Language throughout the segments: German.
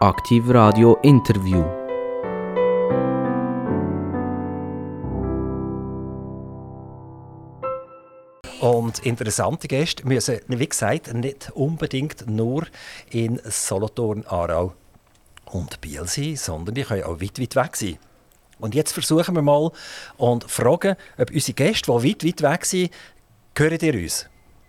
Aktiv Radio Interview. Und interessante Gäste müssen, wie gesagt, nicht unbedingt nur in Solothurn, Aarau und Biel sein, sondern die können auch weit weg sein. Und jetzt versuchen wir mal und fragen, ob unsere Gäste, die weit weg sind, hören ihr uns?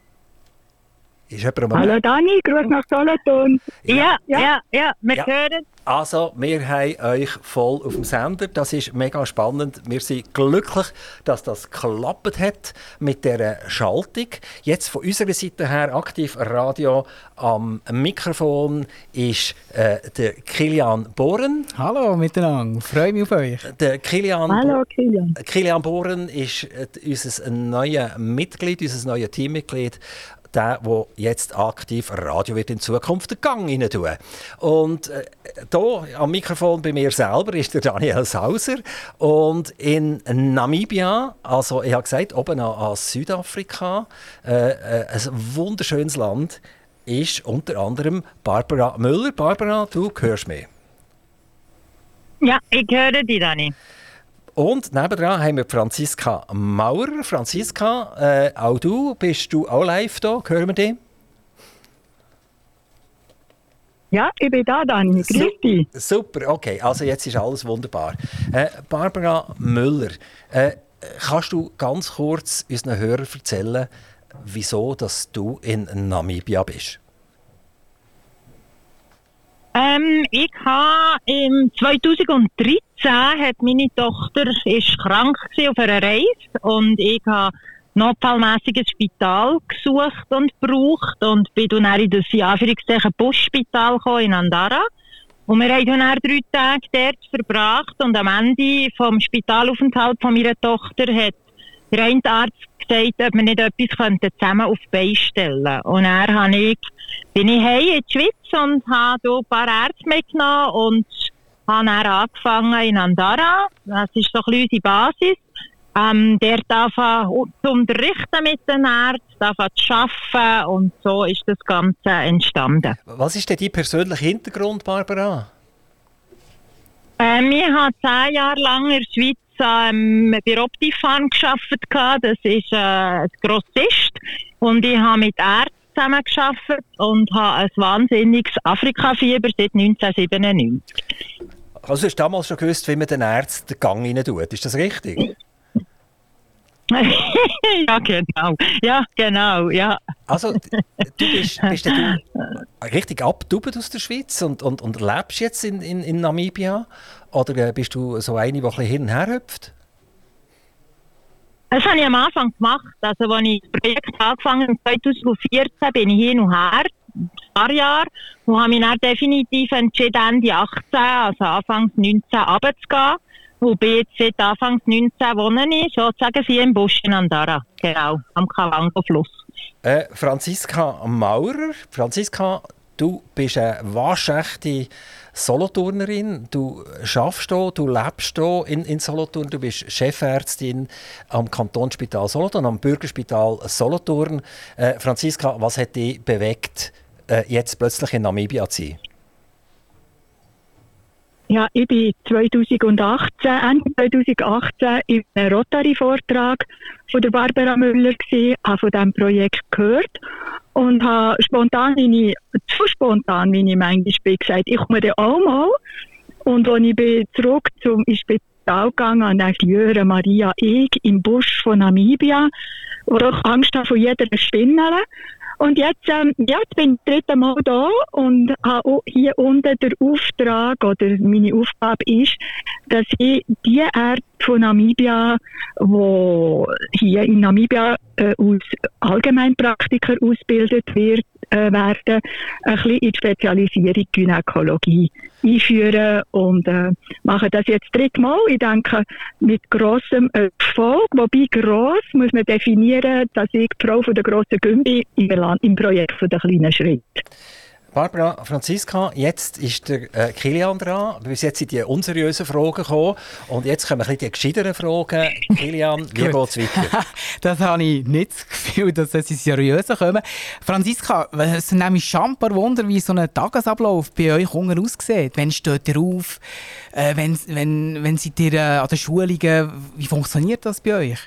Hallo Dani, Gruß nach Solothurn. Ja, wir hören. Also, wir haben euch voll auf dem Sender. Das ist mega spannend. Wir sind glücklich, dass das geklappt hat mit dieser Schaltung. Jetzt von unserer Seite her, Aktiv Radio, am Mikrofon ist der Kilian Bohren. Hallo miteinander, freue mich auf euch. Der Kilian. Hallo Kilian. Kilian Bohren ist unser neues Mitglied, unser neues Teammitglied. Der jetzt aktiv Radio wird in Zukunft den Gang rein tun. Und hier am Mikrofon bei mir selber ist der Daniel Sauser. Und in Namibia, also ich habe gesagt, oben an Südafrika, ein wunderschönes Land, ist unter anderem Barbara Müller. Barbara, du hörst mich. Ja, ich höre dich, Dani. Und nebendran haben wir Franziska Maurer. Franziska, auch bist du auch live da? Hören wir dich? Ja, ich bin da, Dani. Grüß dich. Super, okay. Also jetzt ist alles wunderbar. Barbara Müller, kannst du ganz kurz unseren Hörern erzählen, wieso dass du in Namibia bist? Ich habe im 2013 hat meine Tochter ist krank auf einer Reise und ich habe notfallmässig ein Spital gesucht und gebraucht und bin dann in das Buschspital in Andara. Und wir haben dann 3 Tage dort verbracht und am Ende vom Spitalaufenthalt von meiner Tochter hat der eine Arzt gesagt, ob wir nicht etwas zusammen auf die Beine stellen könnten. Und dann bin ich heim in die Schweiz und habe hier ein paar Ärzte mitgenommen und habe dann angefangen in Andara. Das ist so ein bisschen unsere Basis. Dort anfangen zu unterrichten mit den Ärzten, anfangen zu arbeiten und so ist das Ganze entstanden. Was ist denn dein persönlicher Hintergrund, Barbara? Ich habe 10 Jahre lang in der Schweiz bei Optifan gearbeitet. Das ist ein Grossist. Und ich habe mit Ärzten zusammengearbeitet und habe ein wahnsinniges Afrika-Fieber seit 1997. Also hast du damals schon gewusst, wie man den Ärzten den Gang rein tut. Ist das richtig? Ja, genau. Ja. Also, du bist du richtig abgetaubt aus der Schweiz und lebst jetzt in Namibia? Oder bist du so eine, die ein bisschen hin und her hüpft? Das habe ich am Anfang gemacht. Also, als ich das Projekt angefangen habe, 2014, bin ich hin und her, ein paar Jahre, und habe mich dann definitiv entschieden, Ende 18, also Anfangs 19, runterzugehen. Und bin jetzt seit Anfangs 19 wohne ich, sozusagen hier im Busch in Andara, genau, am Kavango-Fluss. Franziska Maurer. Franziska, du bist eine waschechte Solothurnerin. Du arbeitest hier, du lebst hier in Solothurn. Du bist Chefärztin am Kantonsspital Solothurn, am Bürgerspital Solothurn. Franziska, was hat dich bewegt, jetzt plötzlich in Namibia zu sein? Ja, ich war Ende 2018 in einem Rotary-Vortrag von der Barbara Müller gewesen, habe von diesem Projekt gehört und habe zu spontan, wie ich manchmal bin, gesagt, ich komme dann auch mal. Und als ich zurück ins Spital gegangen an der Jüre Maria Eg im Busch von Namibia, wo ich Angst habe vor jeder Spinne. Und jetzt bin ich das 3. Mal da und habe auch hier unten den Auftrag, oder meine Aufgabe ist, dass ich die Ärzte von Namibia, die hier in Namibia als Allgemeinpraktiker ausgebildet werden, ein bisschen in die Spezialisierung Gynäkologie einführen und mache das jetzt 3. Mal. Ich denke, mit grossem Erfolg, wobei gross muss man definieren, dass ich die Frau von der grossen Gümbi im Projekt von der kleinen Schritt. Barbara, Franziska, jetzt ist der Kilian dran. Bis jetzt sind die unseriösen Fragen gekommen. Und jetzt kommen ein bisschen die gescheiteren Fragen. Kilian, wie geht es weiter? Das habe ich nicht das Gefühl, dass sie seriöser kommen. Franziska, es sind nämlich schon ein paar Wunder, wie so ein Tagesablauf bei euch unten aussieht. Wann steht ihr auf? Wenn seid ihr an den Schulungen? Wie funktioniert das bei euch?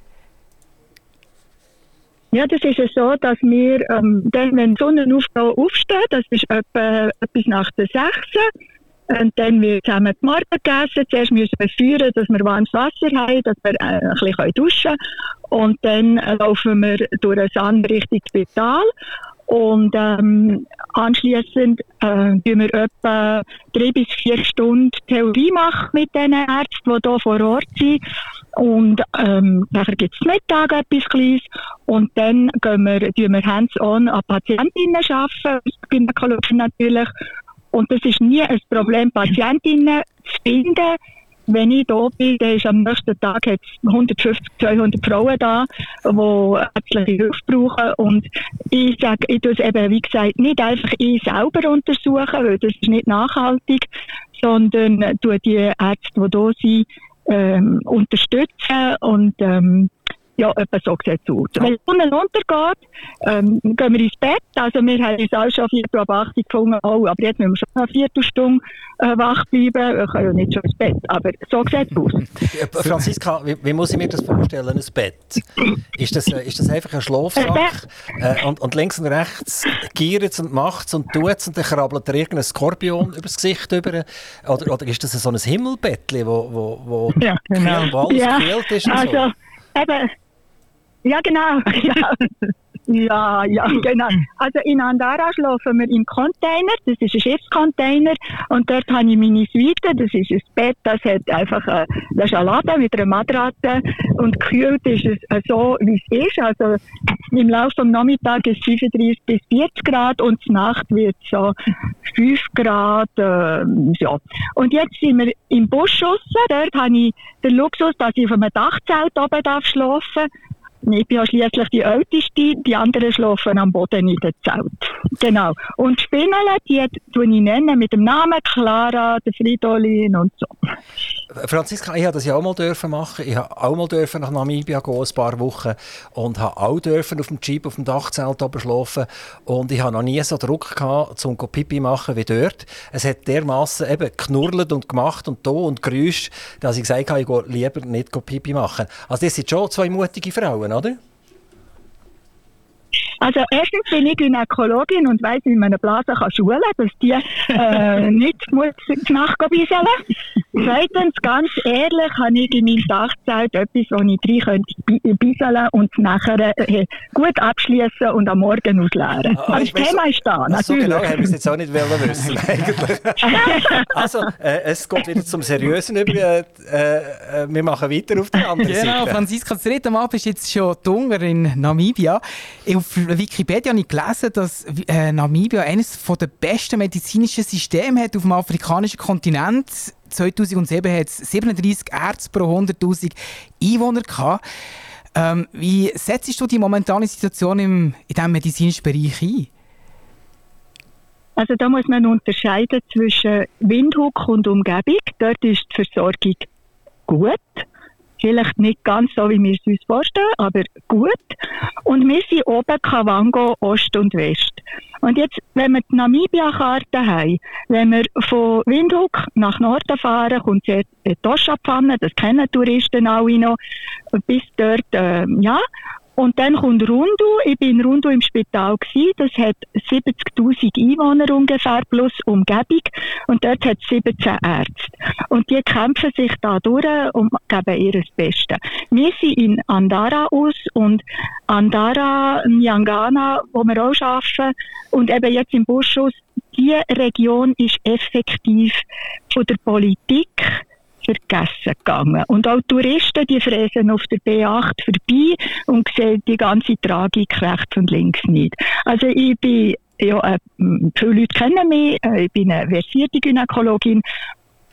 Ja, das ist ja so, dass wir dann, wenn die Sonnenaufgang aufsteht, das ist etwas nach der 6. Und dann wird zusammen die Morgen gegessen. Zuerst müssen wir führen, dass wir warmes Wasser haben, dass wir ein bisschen duschen können. Und dann laufen wir durch den Sand Richtung Spital. Und anschliessend tun wir etwa 3 bis 4 Stunden Theorie machen mit den Ärzten, die hier vor Ort sind. Und nachher gibt es Mittag etwas Kleines. Und dann tun wir hands-on an Patientinnen arbeiten, Gynäkologen natürlich. Und das ist nie ein Problem, Patientinnen zu finden. Wenn ich da bin, dann ist am nächsten Tag 150, 200 Frauen da, die ärztliche Hilfe brauchen. Und ich sage, ich tue es eben, wie gesagt, nicht einfach ich selber untersuchen, weil das ist nicht nachhaltig, sondern tue die Ärzte, die da sind, unterstützen und ja, etwa so sieht es aus. Wenn die Sonne untergeht, gehen wir ins Bett. Also wir haben uns auch schon 4:08 gefunden, aber jetzt müssen wir schon eine Viertelstunde wach bleiben. Wir können ja nicht schon ins Bett, aber so sieht es aus. Franziska, wie muss ich mir das vorstellen, ein Bett? Ist das einfach ein Schlafsack? Und links und rechts giert es und macht es und tut es und dann krabbelt irgendein Skorpion übers Gesicht über? Oder ist das so ein Himmelbettchen, wo ja, genau. alles gekühlt ist? Und also, so? Eben, ja, genau. Ja, genau. Also in Andara schlafen wir im Container, das ist ein Schiffscontainer und dort habe ich meine Suite, das ist ein Bett, das hat einfach das ist ein Laden mit einer Matratze und gekühlt ist es so, wie es ist. Also im Laufe des Nachmittags ist es 35 bis 40 Grad und zur Nacht wird es so 5 Grad. Ja. Und jetzt sind wir im Busch raus, dort habe ich den Luxus, dass ich auf einem Dachzelt oben schlafen darf. Ich bin ja schliesslich die Älteste, die anderen schlafen am Boden in dem Zelt. Genau. Und die Spinnen, die nenne ich mit dem Namen Clara, der Fridolin und so. Franziska, ich durfte das ja auch mal machen. Ich durfte auch mal nach Namibia gehen, ein paar Wochen. Und durfte auch auf dem Jeep, auf dem Dachzelt oben schlafen. Und ich hatte noch nie so Druck gehabt, zum Pipi machen wie dort. Es hat dermassen eben geknurrt und gemacht und da und Geräusche, dass ich gesagt habe, ich gehe lieber nicht Pipi machen. Also das sind schon 2 mutige Frauen, oder? Also erstens bin ich Gynäkologin und weiss, wie man eine Blase schulen kann, dass die nicht muss nachbieseln. Zweitens, ganz ehrlich, habe ich in meinem Dachzelt etwas, wo ich rein bieseln und nachher gut abschließen und am Morgen ausleeren. Aber das Thema ist da, natürlich. So genau haben wir es jetzt auch nicht wissen eigentlich. Also, es geht wieder zum Seriösen über. Wir machen weiter auf der anderen Seite. Genau, Franziska, das dritte Mal bist jetzt schon Hunger in Namibia. Auf Wikipedia habe ich gelesen, dass Namibia eines der besten medizinischen Systeme hat auf dem afrikanischen Kontinent. 2007 hat es 37 Ärzte pro 100'000 Einwohner gehabt. Wie setzt du die momentane Situation in diesem medizinischen Bereich ein? Also da muss man unterscheiden zwischen Windhoek und Umgebung. Dort ist die Versorgung gut. Vielleicht nicht ganz so, wie wir es uns vorstellen, aber gut. Und wir sind oben Kavango, Ost und West. Und jetzt, wenn wir die Namibia-Karte haben, wenn wir von Windhoek nach Norden fahren, kommt die Etosha-Pfanne, das kennen Touristen alle noch, bis dort, ja. Und dann kommt Rundu. Ich bin in Rundu im Spital gewesen. Das hat 70'000 Einwohner ungefähr plus Umgebung. Und dort hat es 17 Ärzte. Und die kämpfen sich da durch und geben ihr Bestes. Wir sind in Andara aus und Andara, Nyangana, wo wir auch arbeiten. Und eben jetzt im Buschhaus, diese Region ist effektiv von der Politik vergessen gegangen. Und auch Touristen, die fräsen auf der B8 vorbei und sehen die ganze Tragik rechts und links nicht. Also ich bin, ja, viele Leute kennen mich, ich bin eine versierte Gynäkologin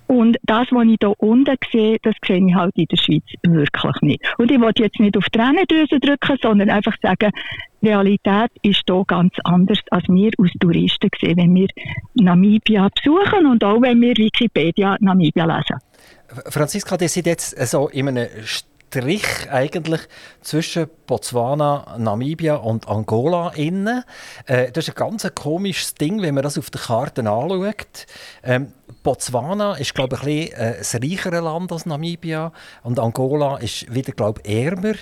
Und das, was ich hier unten sehe, das sehe ich halt in der Schweiz wirklich nicht. Und ich will jetzt nicht auf die Tränendrüse drücken, sondern einfach sagen, die Realität ist hier ganz anders, als wir als Touristen sehen, wenn wir Namibia besuchen und auch wenn wir Wikipedia Namibia lesen. Franziska, ihr seid jetzt so in einem Strich eigentlich zwischen Botswana, Namibia und Angola innen. Das ist ein ganz komisches Ding, wenn man das auf der Karte anschaut. Botswana ist, glaube ich, ein reichere Land als Namibia und Angola ist wieder, glaube ich, ärmer.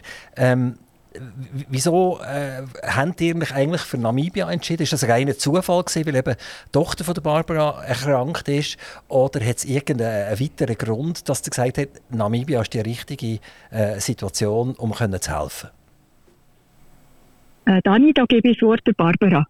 Wieso habt ihr euch eigentlich für Namibia entschieden? Ist das ein reiner Zufall gewesen, weil eben die Tochter von der Barbara erkrankt ist? Oder hat es irgendeinen weiteren Grund, dass ihr gesagt habt, Namibia ist die richtige Situation, um zu helfen? Dani, da gebe ich das Wort der Barbara.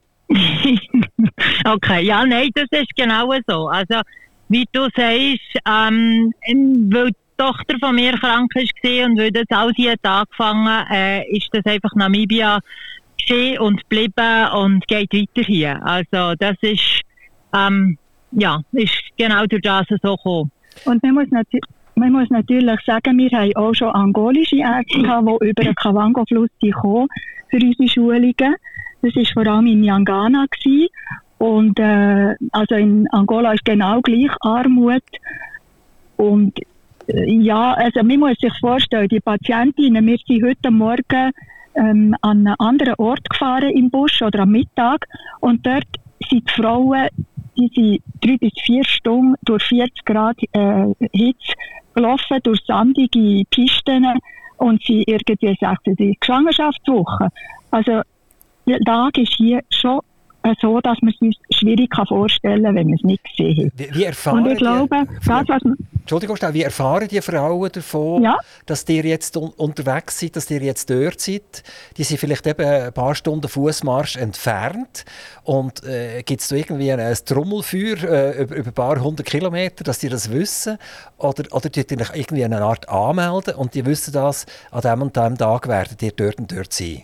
Okay, ja, nein, das ist genau so. Also, wie du sagst, weil die Tochter von mir krank war und weil das alles hier angefangen ist das einfach Namibia gesehen und geblieben und geht weiter hier. Also, das ist, ist genau durch das so gekommen. Und man muss natürlich sagen, wir haben auch schon angolische Ärzte gehabt, die über den Kavango-Fluss kamen für unsere Schulungen. Das war vor allem in Nyangana gewesen. Und also in Angola ist genau gleich Armut. Und ja, also man muss sich vorstellen, die Patientinnen, wir sind heute Morgen an einen anderen Ort gefahren im Busch oder am Mittag. Und dort sind die Frauen, die sind 3 bis 4 Stunden durch 40 Grad Hitze gelaufen, durch sandige Pisten und sind irgendwie 60 Schwangerschaftswochen. Also die Lage ist hier schon so, dass man es sich schwierig vorstellen kann, wenn man es nicht gesehen hat. Wie erfahren und ich glaube, Entschuldigung, wie erfahren die Frauen davon, dass ihr jetzt unterwegs seid, dass ihr jetzt dort seid? Die sind vielleicht eben ein paar Stunden Fußmarsch entfernt. Und gibt es da irgendwie ein Trommelfeuer über ein paar 100 Kilometer, dass die das wissen? Oder tut ihr euch irgendwie eine Art anmelden und die wissen das, an dem und dem Tag werdet ihr dort und dort sein?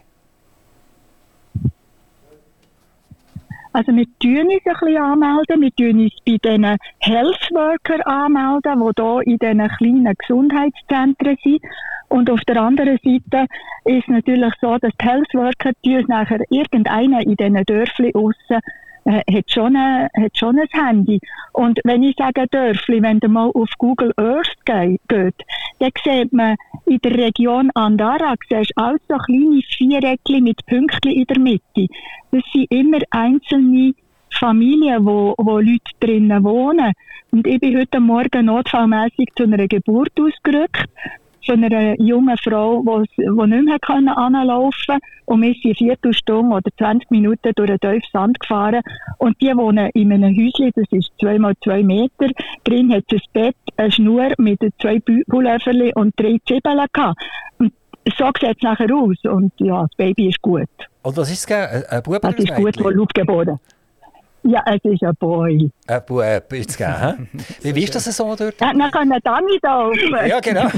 Also wir tun uns ein bisschen anmelden, wir tun uns bei diesen Health Worker anmelden, die hier in diesen kleinen Gesundheitszentren sind. Und auf der anderen Seite ist es natürlich so, dass die Health Worker nachher irgendeiner in diesen Dörfchen aussen hat schon ein Handy. Und wenn ich sage Dörfli, wenn du mal auf Google Earth geht, dann sieht man in der Region Andara, siehst alles so kleine Viereckchen mit Pünktchen in der Mitte. Das sind immer einzelne Familien, wo Leute drinnen wohnen. Und ich bin heute Morgen notfallmässig zu einer Geburt ausgerückt. Von einer jungen Frau, die nicht mehr anlaufen konnte. Und wir sind 4 Stunden oder 20 Minuten durch einen tiefen Sand gefahren. Und die wohnen in einem Häuschen, das ist 2 mal 2 Meter. Drin hat es ein Bett, eine Schnur mit 2 Pulloverchen und 3 Zwiebeln gehabt. Und so sieht es nachher aus. Und ja, das Baby ist gut. Und was ist es? Ein Bub oder ein Mädchen? Das ist gut, wohl aufgeboren. Ja, es ist ein Boy. Ein Bub, jetzt gell? Wie ist das so dort? Ja, dann kann er Dani da oben. Ja, genau.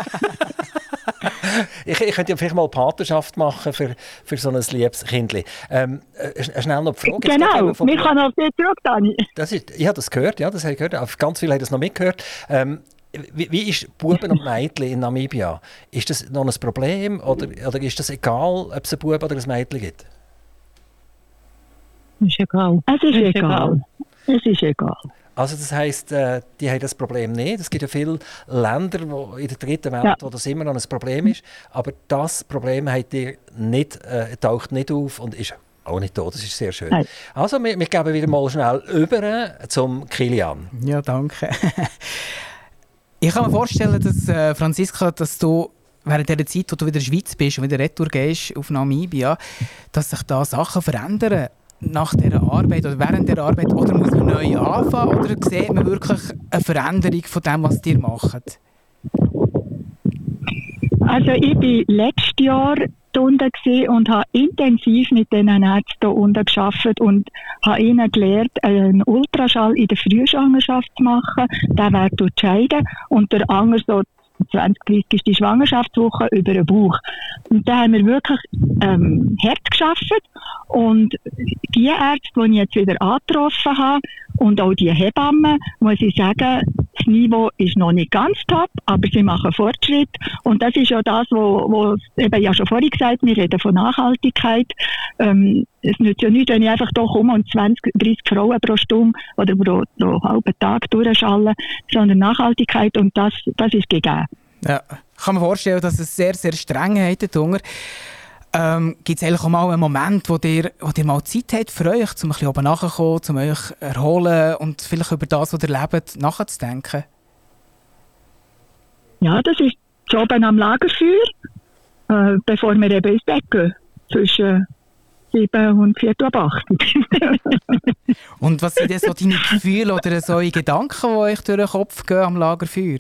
Ich könnte ja vielleicht mal Patenschaft machen für so ein liebes Kindchen. Schnell noch die Frage. Genau, wir können auf dich zurück, Dani. Ich habe das gehört, ja, das habe ich gehört. Ganz viele haben das noch mitgehört. Wie ist Buben und Mädchen in Namibia? Ist das noch ein Problem oder ist das egal, ob es einen Bub oder ein Mädchen gibt? Ist egal. Es ist egal. Es ist egal. Also das heisst, die haben das Problem nicht. Es gibt ja viele Länder in der dritten Welt, wo das immer noch ein Problem ist. Aber das Problem taucht nicht auf und ist auch nicht da. Das ist sehr schön. Nein. Also wir geben wieder mal schnell über zum Kilian. Ja, danke. Ich kann mir vorstellen, dass Franziska, dass du während der Zeit, wo du wieder in der Schweiz bist und wieder retour gehst auf Namibia, dass sich da Sachen verändern nach dieser Arbeit oder während der Arbeit, oder muss man neu anfangen oder sieht man wirklich eine Veränderung von dem, was ihr macht? Also ich war letztes Jahr unten und habe intensiv mit diesen Ärzten unten gearbeitet und habe ihnen gelernt, einen Ultraschall in der Frühschwangerschaft zu machen. Der wird entscheiden und der andere so 20-30 ist die Schwangerschaftswoche über den Bauch. Und da haben wir wirklich hart gearbeitet. Und die Ärzte, die ich jetzt wieder angetroffen habe, und auch die Hebammen, muss ich sagen, das Niveau ist noch nicht ganz top, aber sie machen Fortschritt. Und das ist ja das, wo eben ja schon vorhin gesagt, wir reden von Nachhaltigkeit. Es nützt ja nichts, wenn ich einfach doch und 20, 30 Frauen pro Stunde oder pro halben Tag durchschalle, sondern Nachhaltigkeit, und das ist gegeben. Ja, ich kann mir vorstellen, dass es sehr, sehr streng hat, Hunger. Gibt es eigentlich auch mal einen Moment, wo ihr mal Zeit habt für euch, um ein bisschen oben nachzukommen, um euch zu erholen und vielleicht über das, was ihr lebt, nachzudenken? Ja, das ist so oben am Lagerfeuer, bevor wir eben ins Bett gehen. Zwischen 7 und 4 Uhr 8. Und was sind denn so deine Gefühle oder so Gedanken, die euch durch den Kopf gehen am Lagerfeuer?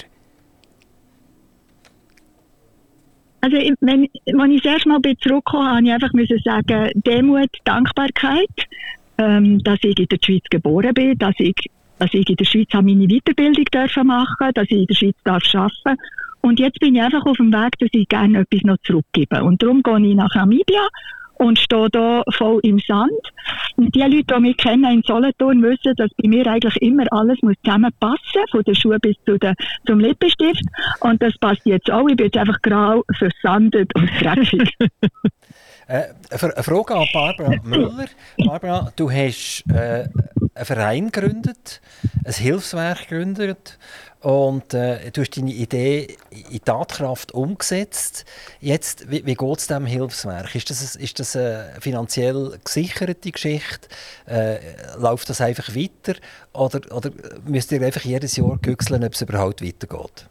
Also, wenn ich das erste Mal zurückgekommen habe, musste ich einfach sagen, Demut, Dankbarkeit, dass ich in der Schweiz geboren bin, dass ich in der Schweiz meine Weiterbildung machen durfte, dass ich in der Schweiz arbeiten darf. Und jetzt bin ich einfach auf dem Weg, dass ich gerne etwas noch zurückgebe. Und darum gehe ich nach Namibia und stehe da voll im Sand. Und die Leute, die mich kennen in Solothurn, wissen, dass bei mir eigentlich immer alles muss zusammenpassen, von den Schuhen bis zum Lippenstift. Und das passt jetzt auch. Ich bin jetzt einfach grau, versandet und dreckig. Eine Frage an Barbara Müller. Barbara, du hast einen Verein gegründet, ein Hilfswerk gegründet und du hast deine Idee in Tatkraft umgesetzt. Jetzt, wie geht es diesem Hilfswerk? Ist das eine finanziell gesicherte Geschichte? Läuft das einfach weiter? Oder müsst ihr einfach jedes Jahr güchseln, ob es überhaupt weitergeht?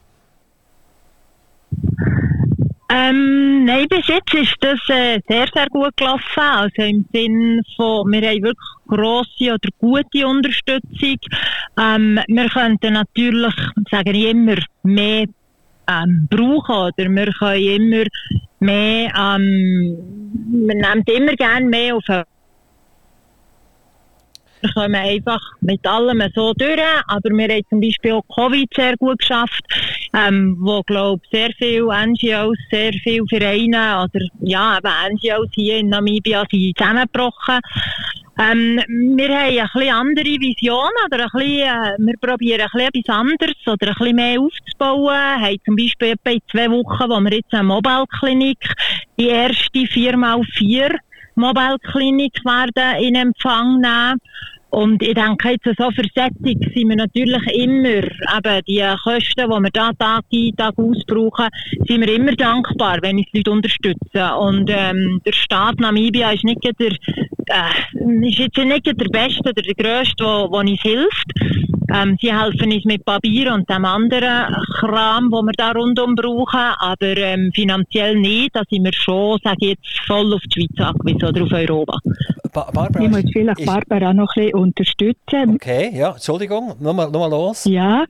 Nein, bis jetzt ist das sehr, sehr gut gelaufen. Also im Sinn von, wir haben wirklich grosse oder gute Unterstützung. Wir könnten natürlich, sage ich immer, mehr brauchen. Oder wir können immer mehr, wir nehmen immer gerne mehr auf. Wir kommen einfach mit allem so durch, aber wir haben zum Beispiel auch Covid sehr gut geschafft, wo, glaube ich, sehr viele NGOs, sehr viele Vereine oder ja, eben NGOs hier in Namibia sind zusammengebrochen. Wir haben ein bisschen andere Visionen oder ein bisschen, wir probieren ein bisschen etwas anderes oder ein bisschen mehr aufzubauen. Wir haben zum Beispiel etwa in 2 Wochen, wo wir jetzt eine Mobile-Klinik, die erste 4x4 Mobile-Klinik werden in Empfang nehmen. Und ich denke, jetzt so für Sättig sind wir natürlich immer, eben die Kosten, die wir da Tag ein, Tag aus brauchen, sind wir immer dankbar, wenn uns Leute unterstützen. Und der Staat Namibia ist nicht ist jetzt nicht der Beste oder der Grösste, der uns hilft. Sie helfen uns mit Papier und dem anderen Kram, den wir da rundum brauchen, aber finanziell nicht. Da sind wir schon, sage ich jetzt, voll auf die Schweiz angewiesen oder auf Europa. Ich muss vielleicht Barbara noch ein bisschen unterstützen. Okay, ja, Entschuldigung, nochmal los. Ja,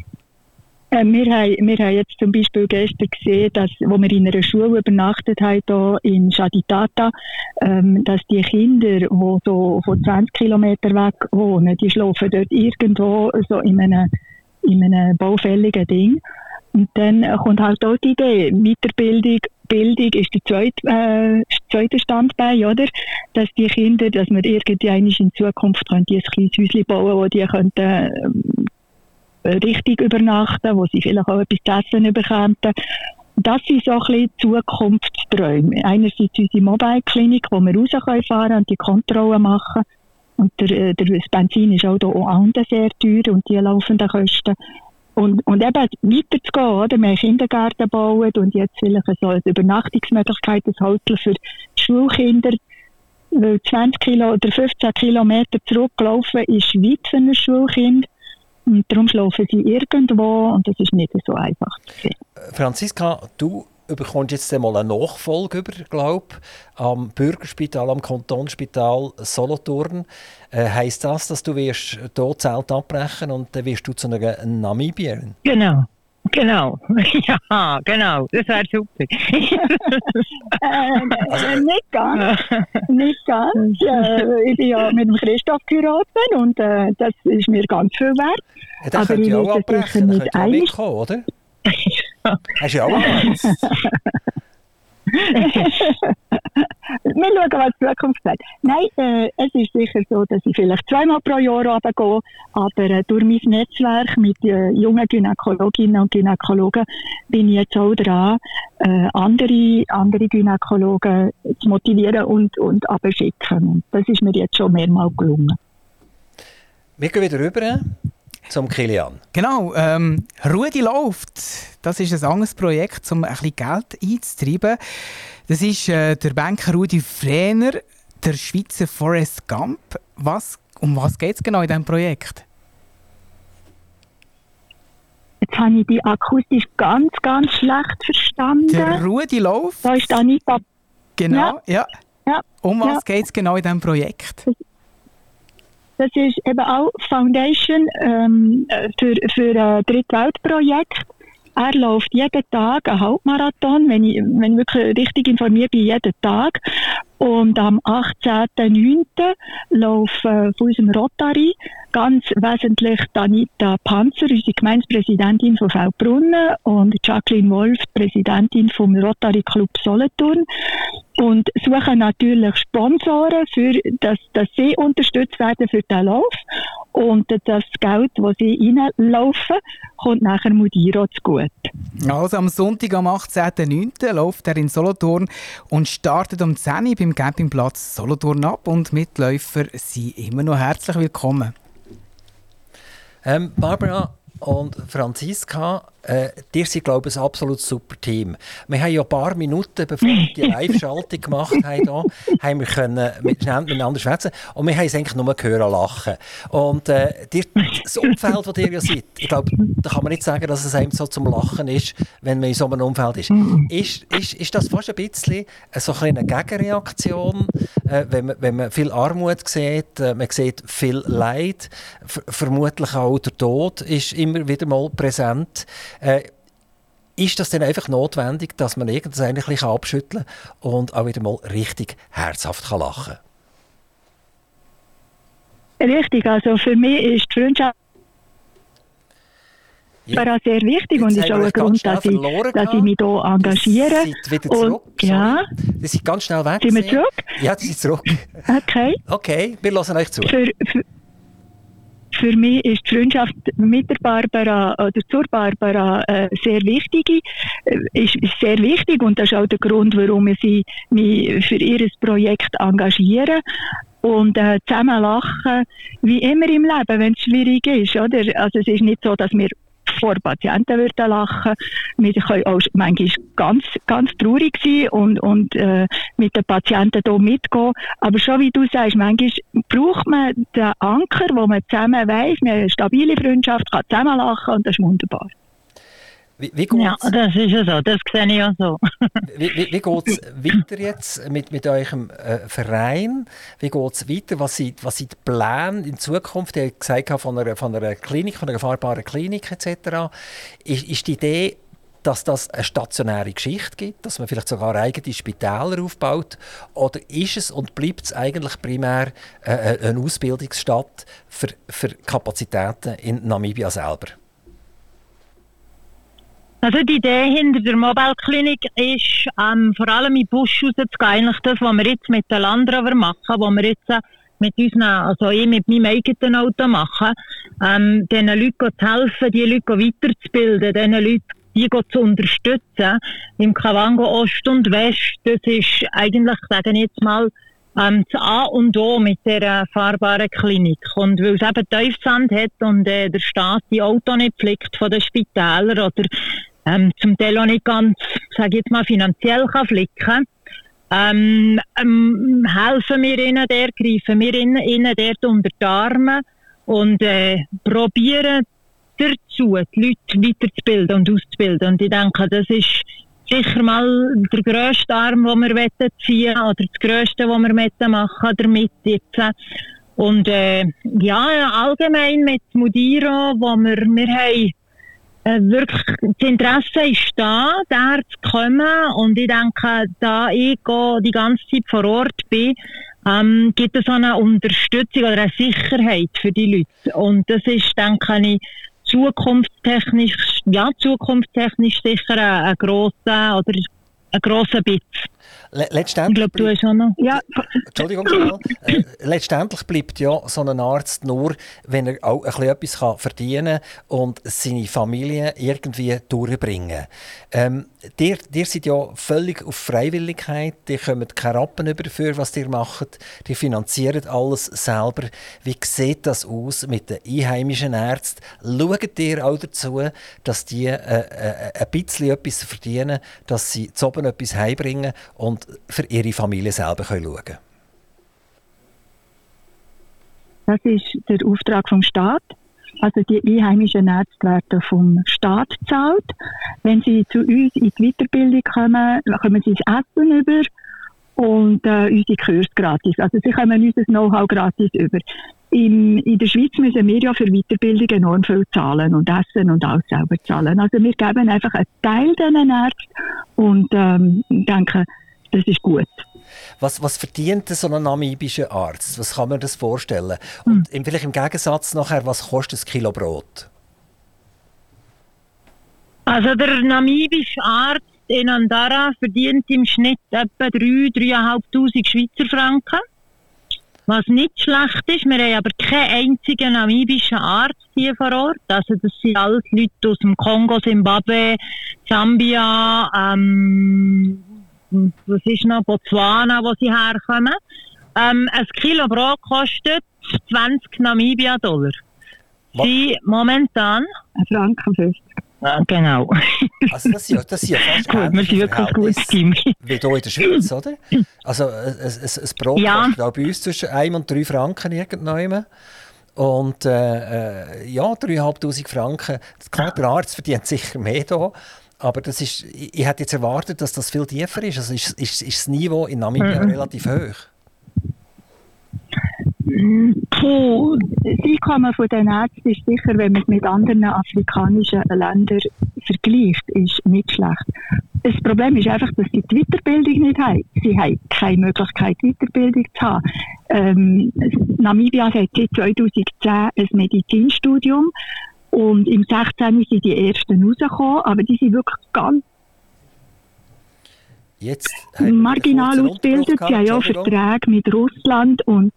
wir haben jetzt zum Beispiel gestern gesehen, dass, wo wir in einer Schule übernachtet haben, hier in Shaditata, dass die Kinder, die so von 20 Kilometern weg wohnen, die schlafen dort irgendwo so in einem baufälligen Ding. Und dann kommt halt auch die Idee, Bildung ist der zweite Standbein, oder? Dass die Kinder, dass wir irgendwann in Zukunft ein kleines Häuschen bauen, wo die könnten richtig übernachten, wo sie vielleicht auch etwas zu essen bekommen. Das sind so ein bisschen Zukunftsträume. Einerseits unsere Mobile-Klinik, wo wir rausfahren können und die Kontrollen machen. Und das Benzin ist auch hier unten sehr teuer und die laufenden Kosten. Und eben weiterzugehen, oder? Wir haben Kindergärten gebaut und jetzt vielleicht so eine Übernachtungsmöglichkeit, ein Hotel für die Schulkinder. 20 Kilo oder 15 Kilometer zurückgelaufen ist weit für ein Schulkind. Und darum schlafen sie irgendwo und das ist nicht so einfach. Franziska, du bekommst jetzt einmal eine Nachfolge über, glaube ich, am Bürgerspital, am Kantonsspital Solothurn. Heisst das, dass du wirst hier Zelt abbrechen und dann wirst du zu einer Namibierin? Genau. Ja, genau. Das wäre super. Nicht ganz. Ich bin ja mit dem Christoph geheiratet und das ist mir ganz viel wert. Ja, dann könnt ihr auch abbrechen, dann könnt ihr auch mitkommen, oder? Hast du ja auch eins? Wir schauen, was die Zukunft sagt. Nein, es ist sicher so, dass ich vielleicht 2-mal pro Jahr runtergehe, aber durch mein Netzwerk mit jungen Gynäkologinnen und Gynäkologen bin ich jetzt auch dran, andere Gynäkologen zu motivieren und abzuschicken. Und das ist mir jetzt schon mehrmals gelungen. Wir gehen wieder rüber zum Kilian. Genau, Rudi läuft. Das ist ein anderes Projekt, um ein bisschen Geld einzutreiben. Das ist der Banker Rudi Frehner, der Schweizer Forrest Gump. Um was geht es genau in diesem Projekt? Jetzt habe ich die akustisch ganz, ganz schlecht verstanden. Der Rudi läuft. Da ist Anita. Genau, ja. Ja. Um was geht es genau in diesem Projekt? Das ist eben auch Foundation für ein Drittweltprojekt. Er läuft jeden Tag einen Halbmarathon, wenn ich wirklich richtig informiert bin, jeden Tag. Und am 18.09. läuft von unserem Rotary ganz wesentlich Anita Panzer, unsere Gemeindepräsidentin von Feldbrunnen, und Jacqueline Wolf, Präsidentin vom Rotary Club Solothurn. Und suchen natürlich Sponsoren, dass sie unterstützt werden für den Lauf. Und das Geld, das sie reinlaufen, kommt nachher Mudiro zugute. Also am Sonntag, am 18.09. läuft er in Solothurn und startet um 10 Uhr beim Campingplatz Solothurn ab. Und Mitläufer sind immer noch herzlich willkommen. Barbara und Franziska, ihr seid, glaube ich, ein absolut super Team. Wir haben ja ein paar Minuten, bevor wir die Live-Schaltung gemacht haben, haben wir schnell miteinander schwätzen. Und wir haben es eigentlich nur hören lachen. Und das Umfeld, das ihr ja seid, ich glaube, da kann man nicht sagen, dass es einem so zum Lachen ist, wenn man in so einem Umfeld ist. Ist das fast ein bisschen so eine Gegenreaktion, wenn man viel Armut sieht, man sieht viel Leid, vermutlich auch der Tod ist immer wieder mal präsent. Ist das dann einfach notwendig, dass man irgendwas ein bisschen abschütteln kann und auch wieder mal richtig herzhaft lachen kann? Richtig, also für mich ist die Freundschaft sehr wichtig und ist auch ein Grund, dass ich mich hier engagiere. Sie sind wieder zurück. Ja. Sie sind ganz schnell weg. Sind wir zurück? Ja, sie sind zurück. Okay, wir hören euch zu. Für mich ist die Freundschaft mit der Barbara oder zur Barbara sehr wichtig. Ist sehr wichtig und das ist auch der Grund, warum ich mich für ihr Projekt engagiere. Und zusammen lachen, wie immer im Leben, wenn es schwierig ist. Oder? Also es ist nicht so, dass wir vor Patienten würden lachen. Wir können auch manchmal ganz, ganz traurig sein und mit den Patienten hier mitgehen. Aber schon wie du sagst, manchmal braucht man den Anker, wo man zusammen weiss, wir haben eine stabile Freundschaft, kann zusammen lachen und das ist wunderbar. Wie geht's? Ja, das ist ja so, das sehe ich auch so. Wie geht es weiter jetzt mit eurem Verein? Wie geht es weiter? Was sind die Pläne in Zukunft? Ihr habt gesagt, von einer Klinik, von einer fahrbaren Klinik etc. Ist die Idee, dass das eine stationäre Geschichte gibt, dass man vielleicht sogar eigene Spitäler aufbaut? Oder ist es und bleibt es eigentlich primär eine Ausbildungsstadt für Kapazitäten in Namibia selber? Also die Idee hinter der Mobile Clinic ist, vor allem in Busch rauszugehen, eigentlich das, was wir jetzt mit den Land Rover machen, was wir jetzt mit unseren, also ich mit meinem eigenen Auto machen, diesen Leuten zu helfen, die Leute weiterzubilden, diesen Leuten die zu unterstützen. Im Kavango Ost und West, das ist eigentlich, sagen wir jetzt mal, das A und O mit dieser fahrbaren Klinik. Und weil es eben Tiefsand hat und der Staat die Auto nicht pflegt von den Spitälern oder zum Teil auch nicht ganz, sage ich jetzt mal, finanziell kann flicken, helfen wir ihnen dort, greifen wir ihnen dort unter die Arme und probieren dazu, die Leute weiterzubilden und auszubilden. Und ich denke, das ist sicher mal der grösste Arm, den wir ziehen wollen, oder das Grösste, was wir machen damit jetzt. Und ja, allgemein mit Mudiro, wo wir haben, wirklich das Interesse ist da zu kommen. Und ich denke, da ich die ganze Zeit vor Ort bin, gibt es so eine Unterstützung oder eine Sicherheit für die Leute. Und das ist, denke ich, zukunftstechnisch sicher ein grosser oder ein grosser Bitz. Letztendlich, ich glaube, du hast auch noch... Ja, Entschuldigung, letztendlich bleibt ja so ein Arzt nur, wenn er auch etwas verdienen kann und seine Familie irgendwie durchbringen. Ihr seid ja völlig auf Freiwilligkeit, ihr kommt keine Rappen über für, was ihr macht, ihr finanziert alles selber. Wie sieht das aus mit den einheimischen Ärzten? Schaut ihr auch dazu, dass die ein bisschen etwas verdienen, dass sie zu oben etwas heimbringen und für ihre Familie selber schauen können? Das ist der Auftrag vom Staat. Also die einheimischen Ärzte werden vom Staat gezahlt. Wenn sie zu uns in die Weiterbildung kommen, kommen sie das Essen über und unsere Kurse gratis. Also sie kommen unser Know-how gratis über. In der Schweiz müssen wir ja für Weiterbildung enorm viel zahlen und Essen und alles selber zahlen. Also wir geben einfach einen Teil diesen Ärzten und denken, das ist gut. Was verdient so ein namibischer Arzt? Was kann man das vorstellen? Und vielleicht im Gegensatz nachher, was kostet ein Kilo Brot? Also der namibische Arzt in Andara verdient im Schnitt etwa 3'500 Schweizer Franken. Was nicht schlecht ist, wir haben aber keinen einzigen namibischen Arzt hier vor Ort. Also das sind alles Leute aus dem Kongo, Zimbabwe, Sambia, was ist noch, Botswana, wo sie herkommen. Ein Kilo Brot kostet 20 Namibia-Dollar. Sie momentan... Ein Franken 50. Ja, genau. Also das sind ja fast gut, wir sind wirklich ein gutes Team. Wie hier in der Schweiz, oder? Also ein Brot kostet auch bei uns zwischen 1 und 3 Franken irgendwann. Und 3'500 Franken. Klar, der Arzt verdient sicher mehr hier. Aber das ist, ich hätte jetzt erwartet, dass das viel tiefer ist. Also ist das Niveau in Namibia relativ hoch? Das Einkommen von den Ärzten ist sicher, wenn man es mit anderen afrikanischen Ländern vergleicht, ist nicht schlecht. Das Problem ist einfach, dass sie die Weiterbildung nicht haben. Sie haben keine Möglichkeit, Weiterbildung zu haben. Namibia hat seit 2010 ein Medizinstudium. Und im 16. sind die ersten rausgekommen, aber die sind wirklich ganz marginal ausgebildet. Sie haben ja Verträge mit Russland und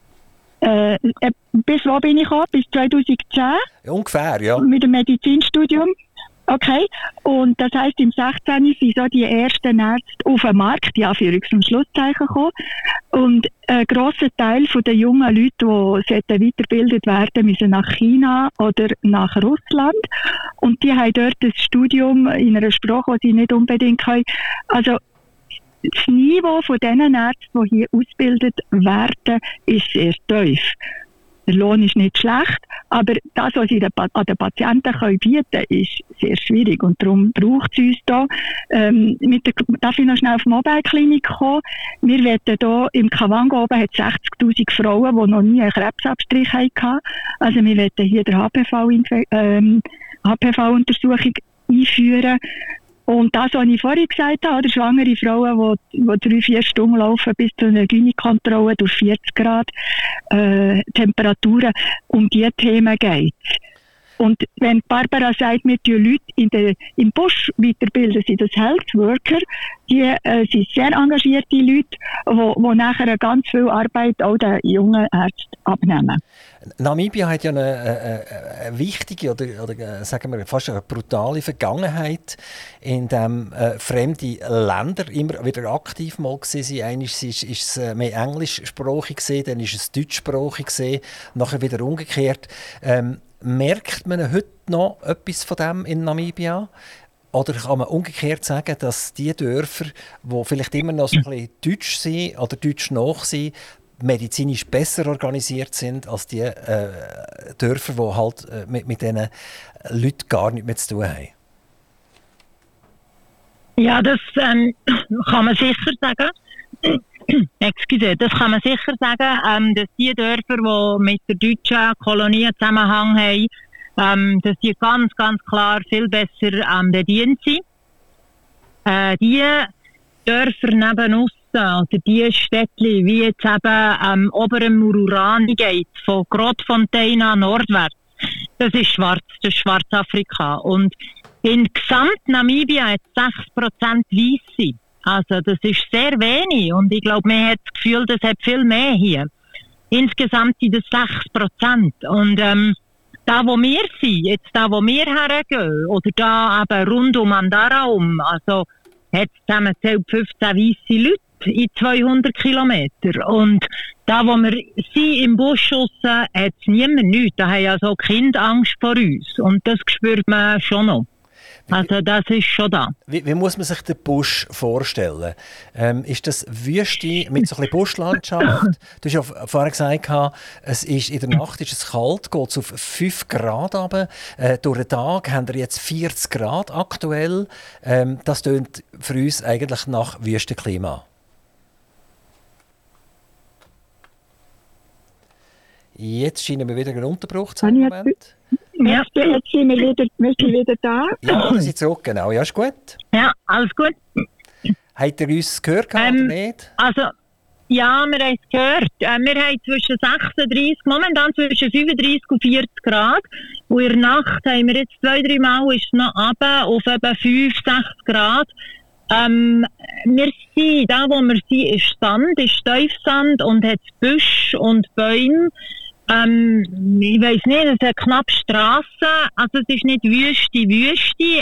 bis wo bin ich gekommen? Bis 2010? Ja, ungefähr, ja. Mit dem Medizinstudium. Okay. Und das heisst, im 16. sind so die ersten Ärzte auf den Markt, die Anführungs- und Schlusszeichen gekommen. Und ein grosser Teil der jungen Leute, die weitergebildet werden, müssen nach China oder nach Russland. Und die haben dort ein Studium in einer Sprache, die sie nicht unbedingt können. Also, das Niveau von diesen Ärzten, die hier ausgebildet werden, ist sehr tief. Der Lohn ist nicht schlecht, aber das, was sie an den Patienten bieten können, ist sehr schwierig. Und darum braucht es uns da. Darf ich noch schnell auf die Mobile-Klinik kommen? Wir werden hier im Kavango oben hat 60'000 Frauen, die noch nie einen Krebsabstrich hatten. Also wir werden hier die HPV-Untersuchung einführen. Und das, was ich vorhin gesagt habe, oder schwangere Frauen, die 3-4 Stunden laufen bis zu einer Gynekontrolle durch 40 Grad Temperaturen, um diese Themen geht es. Und wenn Barbara sagt, wir tun Leute im Busch weiterbilden, sind das Health Worker, die sind sehr engagierte Leute, die nachher ganz viel Arbeit auch den jungen Ärzten abnehmen. Namibia hat ja eine wichtige oder sagen wir fast eine brutale Vergangenheit, in dem fremde Länder immer wieder aktiv mal waren. Einmal ist es mehr englischsprachig gesehen, dann ist es deutschsprachig gesehen, nachher wieder umgekehrt. Merkt man heute noch etwas von dem in Namibia? Oder kann man umgekehrt sagen, dass die Dörfer, die vielleicht immer noch so ein bisschen deutsch sind oder deutsch nach sind, medizinisch besser organisiert sind als die Dörfer, die halt mit diesen Leuten gar nichts mehr zu tun haben? Ja, das kann man sicher sagen. Excuse, das kann man sicher sagen, dass die Dörfer, die mit der deutschen Kolonie einen Zusammenhang haben, dass die ganz, ganz klar viel besser bedient sind. Die Dörfer neben uns, oder die Städtchen, wie jetzt eben oberem Mururani geht, von Grootfontein nordwärts, das ist schwarz, das ist Schwarzafrika. Und In Gesamt-Namibia hat es 6% Weisse. Also das ist sehr wenig und ich glaube, man hat das Gefühl, das hat viel mehr hier. Insgesamt sind es 6%. Und da, wo wir sind, jetzt da, wo wir hergehen, oder da eben rund um Andara also hat es zusammengezählt 15 weisse Leute in 200 Kilometer. Und da, wo wir sind, im Busch draussen, hat es niemand nichts. Da haben ja so Kinder Angst vor uns. Und das spürt man schon noch. Also das ist schon da. Wie muss man sich den Busch vorstellen? Ist das Wüste mit so ein bisschen Buschlandschaft? Du hast ja vorher gesagt, es ist in der Nacht ist es kalt, geht es auf 5 Grad runter. Durch den Tag haben wir jetzt 40 Grad aktuell. Das tönt für uns eigentlich nach Wüstenklima. Jetzt scheinen wir wieder einen Unterbruch zu haben. Ja. Jetzt sind wir wieder da. Ja, wir sind zurück, genau. Ja, ist gut. Ja, alles gut. Habt ihr uns gehört oder nicht? Also, ja, wir haben es gehört. Wir haben zwischen 36, momentan zwischen 35 und 40 Grad. Und in der Nacht haben wir jetzt 2-3 Mal ist noch runter auf etwa 5-6 Grad. Wir sind, da wo wir sind, ist Sand, ist Tiefsand und hat Büsche und Bäume. Ich weiss nicht, es hat knapp Strassen, also es ist nicht Wüste.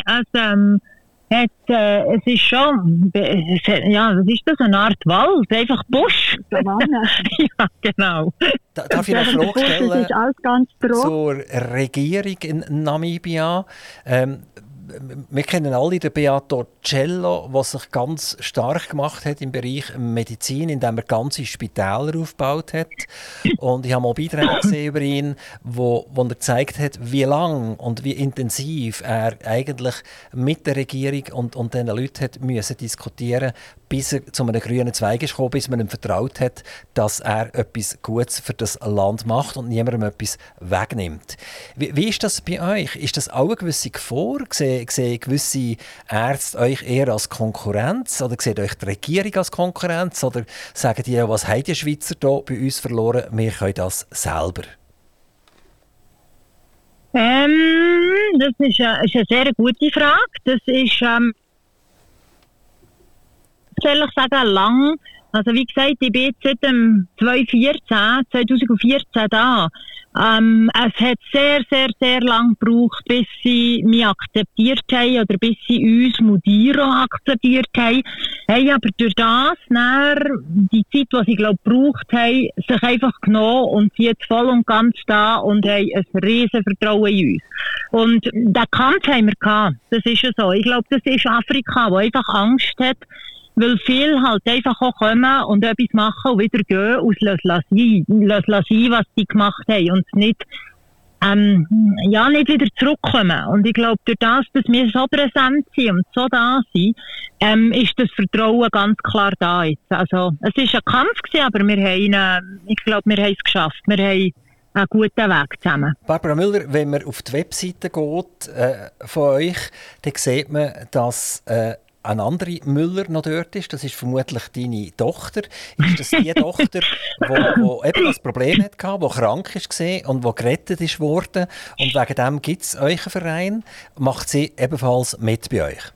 Es ist schon, was ist das, eine Art Wald, einfach Busch. Ja, genau. Darf ich noch eine Frage stellen das ist alles ganz zur Regierung in Namibia? Wir kennen alle den Beato Cello, der sich ganz stark gemacht hat im Bereich Medizin, indem er ganze Spitäler aufgebaut hat. Und ich habe mal Beiträge gesehen über ihn, wo er gezeigt hat, wie lang und wie intensiv er eigentlich mit der Regierung und den Leuten hat müssen diskutieren, bis er zu einem grünen Zweig ist gekommen, bis man ihm vertraut hat, dass er etwas Gutes für das Land macht und niemandem etwas wegnimmt. Wie ist das bei euch? Ist das auch eine gewisse Gefahr? Sehen gewisse Ärzte euch eher als Konkurrenz? Oder sieht euch die Regierung als Konkurrenz? Oder sagen die, was haben die Schweizer hier bei uns verloren? Wir können das selber. Das ist eine sehr gute Frage. Das ist, soll ich sagen, lang. Also wie gesagt, ich bin jetzt seit 2014 da. Es hat sehr, sehr, sehr lang gebraucht, bis sie mich akzeptiert haben oder bis sie uns Mudiro akzeptiert haben. Haben aber durch das, die Zeit, die sie gebraucht haben, sich einfach genommen und sind jetzt voll und ganz da und haben ein riesen Vertrauen in uns. Und den Kampf haben wir gehabt. Das ist ja so. Ich glaube, das ist Afrika, wo einfach Angst hat, weil viele halt einfach auch kommen und etwas machen und wieder gehen und lassen sein, was sie gemacht haben und nicht wieder zurückkommen. Und ich glaube, durch das, dass wir so präsent sind und so da sind, ist das Vertrauen ganz klar da jetzt. Also, es war ein Kampf gewesen, aber wir haben es geschafft. Wir haben einen guten Weg zusammen. Barbara Müller, wenn man auf die Webseite geht von euch, dann sieht man, dass eine andere Müller noch dort ist. Das ist vermutlich deine Tochter. Ist das die Tochter, die eben das Problem hatte, die krank war und die gerettet wurde? Und wegen dem gibt es euch einen Verein. Macht sie ebenfalls mit bei euch?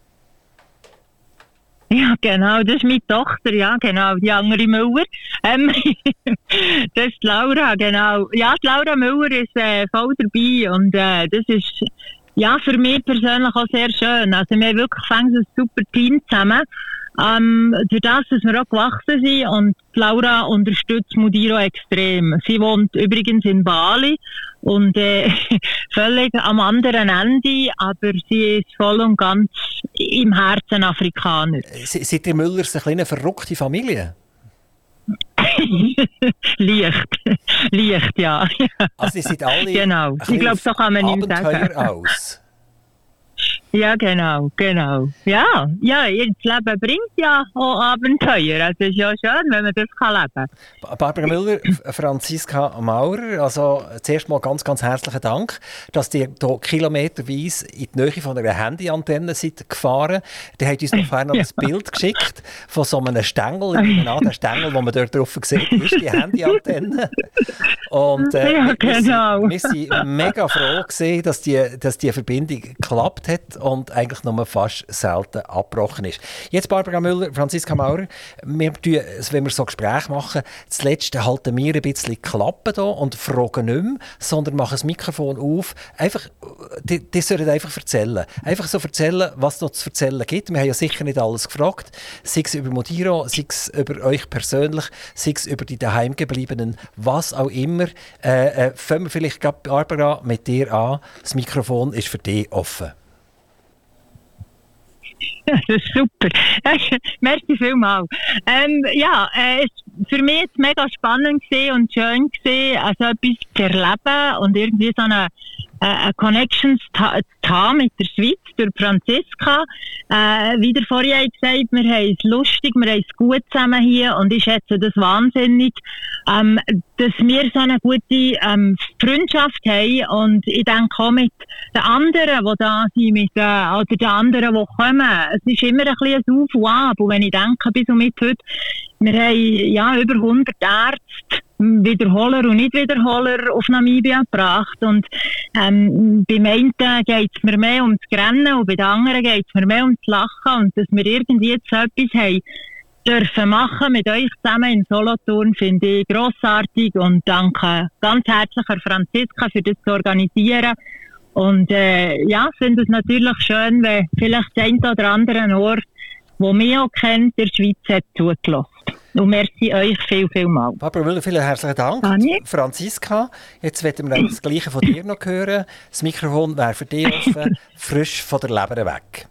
Ja, genau, das ist meine Tochter, ja, genau, die andere Müller. Das ist die Laura, genau. Ja, die Laura Müller ist voll dabei und das ist ja, für mich persönlich auch sehr schön. Also wir haben wirklich ein super Team zusammen. Durch das, dass wir auch gewachsen sind und Laura unterstützt Mudiro extrem. Sie wohnt übrigens in Bali und völlig am anderen Ende, aber sie ist voll und ganz im Herzen Afrikaner. Seid ihr Müllers eine kleine verrückte Familie? Leicht, ja. Also ihr seid alle genau. Ich glaube, so kann man nicht sagen. Aus. Ja, genau. Ja, das Leben bringt ja auch Abenteuer. Also es ist ja schön, wenn man das leben kann. Barbara Müller, Franziska Maurer, also zuerst mal ganz, ganz herzlichen Dank, dass ihr hier kilometerweise in die Nähe von einer Handyantenne seid gefahren. Ihr habt uns noch ein Bild geschickt von so einem Stängel. Der Stängel, den man dort drauf sieht, ist die Handyantenne. Und genau. wir sind mega froh gewesen, dass die Verbindung geklappt hat. und eigentlich nur fast selten abgebrochen ist. Jetzt Barbara Müller, Franziska Maurer, wir tun, wenn wir so Gespräche machen, zuletzt halten wir ein bisschen die Klappe da und fragen nicht mehr, sondern machen das Mikrofon auf. Einfach, die sollen einfach erzählen. Einfach so erzählen, was es noch zu erzählen gibt. Wir haben ja sicher nicht alles gefragt, sei es über Modiro, sei es über euch persönlich, sei es über die Daheimgebliebenen, was auch immer. Fangen wir vielleicht gerade, Barbara, mit dir an. Das Mikrofon ist für dich offen. Das ist super. Merci vielmals. Für mich war es mega spannend und schön, also etwas zu erleben und irgendwie so eine Connection zu haben mit der Schweiz, durch Franziska. Wie der vorher gesagt, wir haben es lustig, wir haben es gut zusammen hier und ich schätze das wahnsinnig, dass wir so eine gute Freundschaft haben und ich denke auch mit den anderen, die da sind, oder den anderen, die kommen. Es ist immer ein bisschen ein Auf und Ab und wenn ich denke, bis und mit heute, wir haben über 100 Ärzte, Wiederholer und Nicht-Wiederholer auf Namibia gebracht. Und beim einen geht es mir mehr ums Rennen und bei den anderen geht es mir mehr ums Lachen. Und dass wir irgendwie jetzt so etwas haben dürfen machen mit euch zusammen in Solothurn, finde ich grossartig und danke ganz herzlich an Franziska für das zu organisieren. Und finde es natürlich schön, wenn vielleicht der ein oder andere Ort, wo mich auch kennt, der Schweiz hat zugelassen. Und merci euch viel mal. Barbara Müller, vielen herzlichen Dank. Dani. Franziska, jetzt werden wir das Gleiche von dir noch hören. Das Mikrofon wäre für dich offen, frisch von der Leber weg.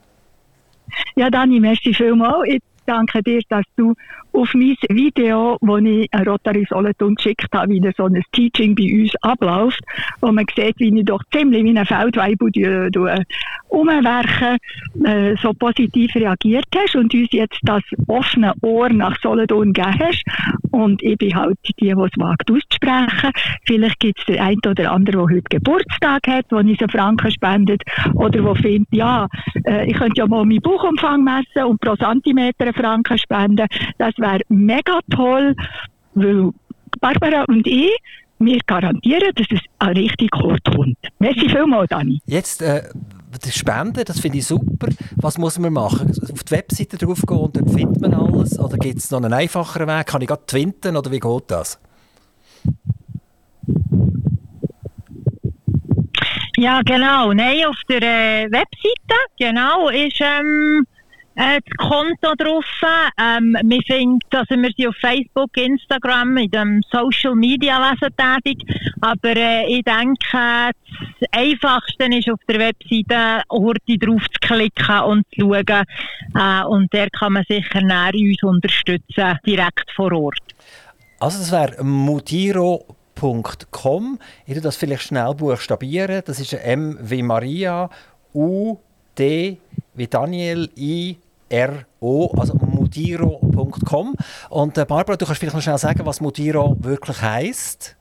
Ja, Dani, merci vielmals. Ich danke dir, dass du auf mein Video, das ich an Rotary Solothurn geschickt habe, wie so ein Teaching bei uns abläuft, wo man sieht, wie ich doch ziemlich wie ein Feldweibel umwerke, so positiv reagiert hast und uns jetzt das offene Ohr nach Solothurn gegeben hast. Und ich bin halt die es wagt auszusprechen. Vielleicht gibt es den einen oder anderen, der heute Geburtstag hat, der uns einen Franken spendet oder der findet, ich könnte ja mal meinen Bauchumfang messen und pro Zentimeter einen Franken spenden. Das wäre mega toll, weil Barbara und ich, wir garantieren, dass es ein richtig Ort kommt. Merci vielmals, Dani. Jetzt, das Spenden, das finde ich super. Was muss man machen? Auf die Webseite drauf gehen und dann findet man alles? Oder gibt es noch einen einfacheren Weg? Kann ich gerade twinten oder wie geht das? Ja, genau. Nein, auf der Webseite, genau, ist das Konto drauf. Wir sind auf Facebook, Instagram, in dem Social Media Wesen tätig. Aber ich denke, das Einfachste ist auf der Webseite Orte drauf zu klicken und zu schauen. Und der kann man sicher näher uns unterstützen, direkt vor Ort. Also das wäre Modiro.com. Ich das vielleicht schnell buchstabieren. Das ist M wie Maria, U, D wie Daniel, I-R-O, also Modiro.com. Und Barbara, du kannst vielleicht noch schnell sagen, was Modiro wirklich heisst?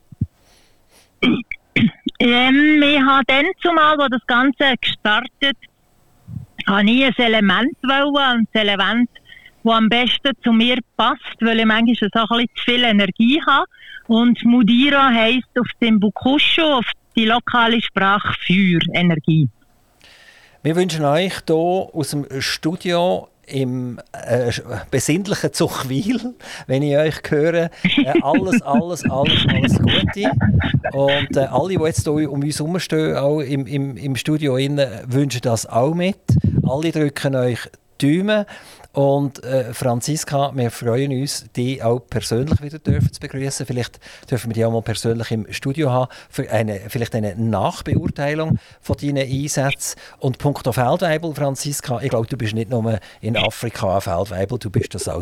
Wir haben dann zumal, wo das Ganze gestartet, habe ich ein Element wollen, ein Element, das am besten zu mir passt, weil ich manchmal so ein bisschen zu viel Energie habe. Und Modiro heisst auf dem Bukushu, auf die lokale Sprache Feuer, Energie. Wir wünschen euch hier aus dem Studio im besinnlichen Zuchwil, wenn ich euch höre, alles Gute. Und alle, die jetzt hier um uns herumstehen, auch im Studio innen, wünschen das auch mit. Alle drücken euch Daumen. Und Franziska, wir freuen uns, dich auch persönlich wieder zu begrüßen. Vielleicht dürfen wir dich auch mal persönlich im Studio haben, für vielleicht eine Nachbeurteilung von deinen Einsätzen. Und punkto Feldweibel, Franziska, ich glaube, du bist nicht nur in Afrika ein Feldweibel, du bist das auch.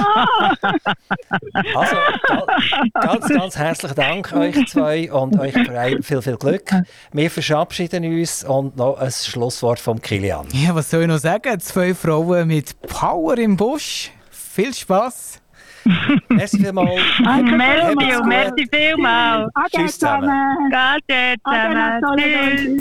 Also, ganz herzlichen Dank euch zwei und euch drei viel Glück. Wir verabschieden uns und noch ein Schlusswort vom Kilian. Ja, was soll ich noch sagen? 2 Frauen mit Power im Busch. Viel Spass. Merci vielmals. Merci vielmals. Tschüss zusammen. Gute zusammen. Tschüss.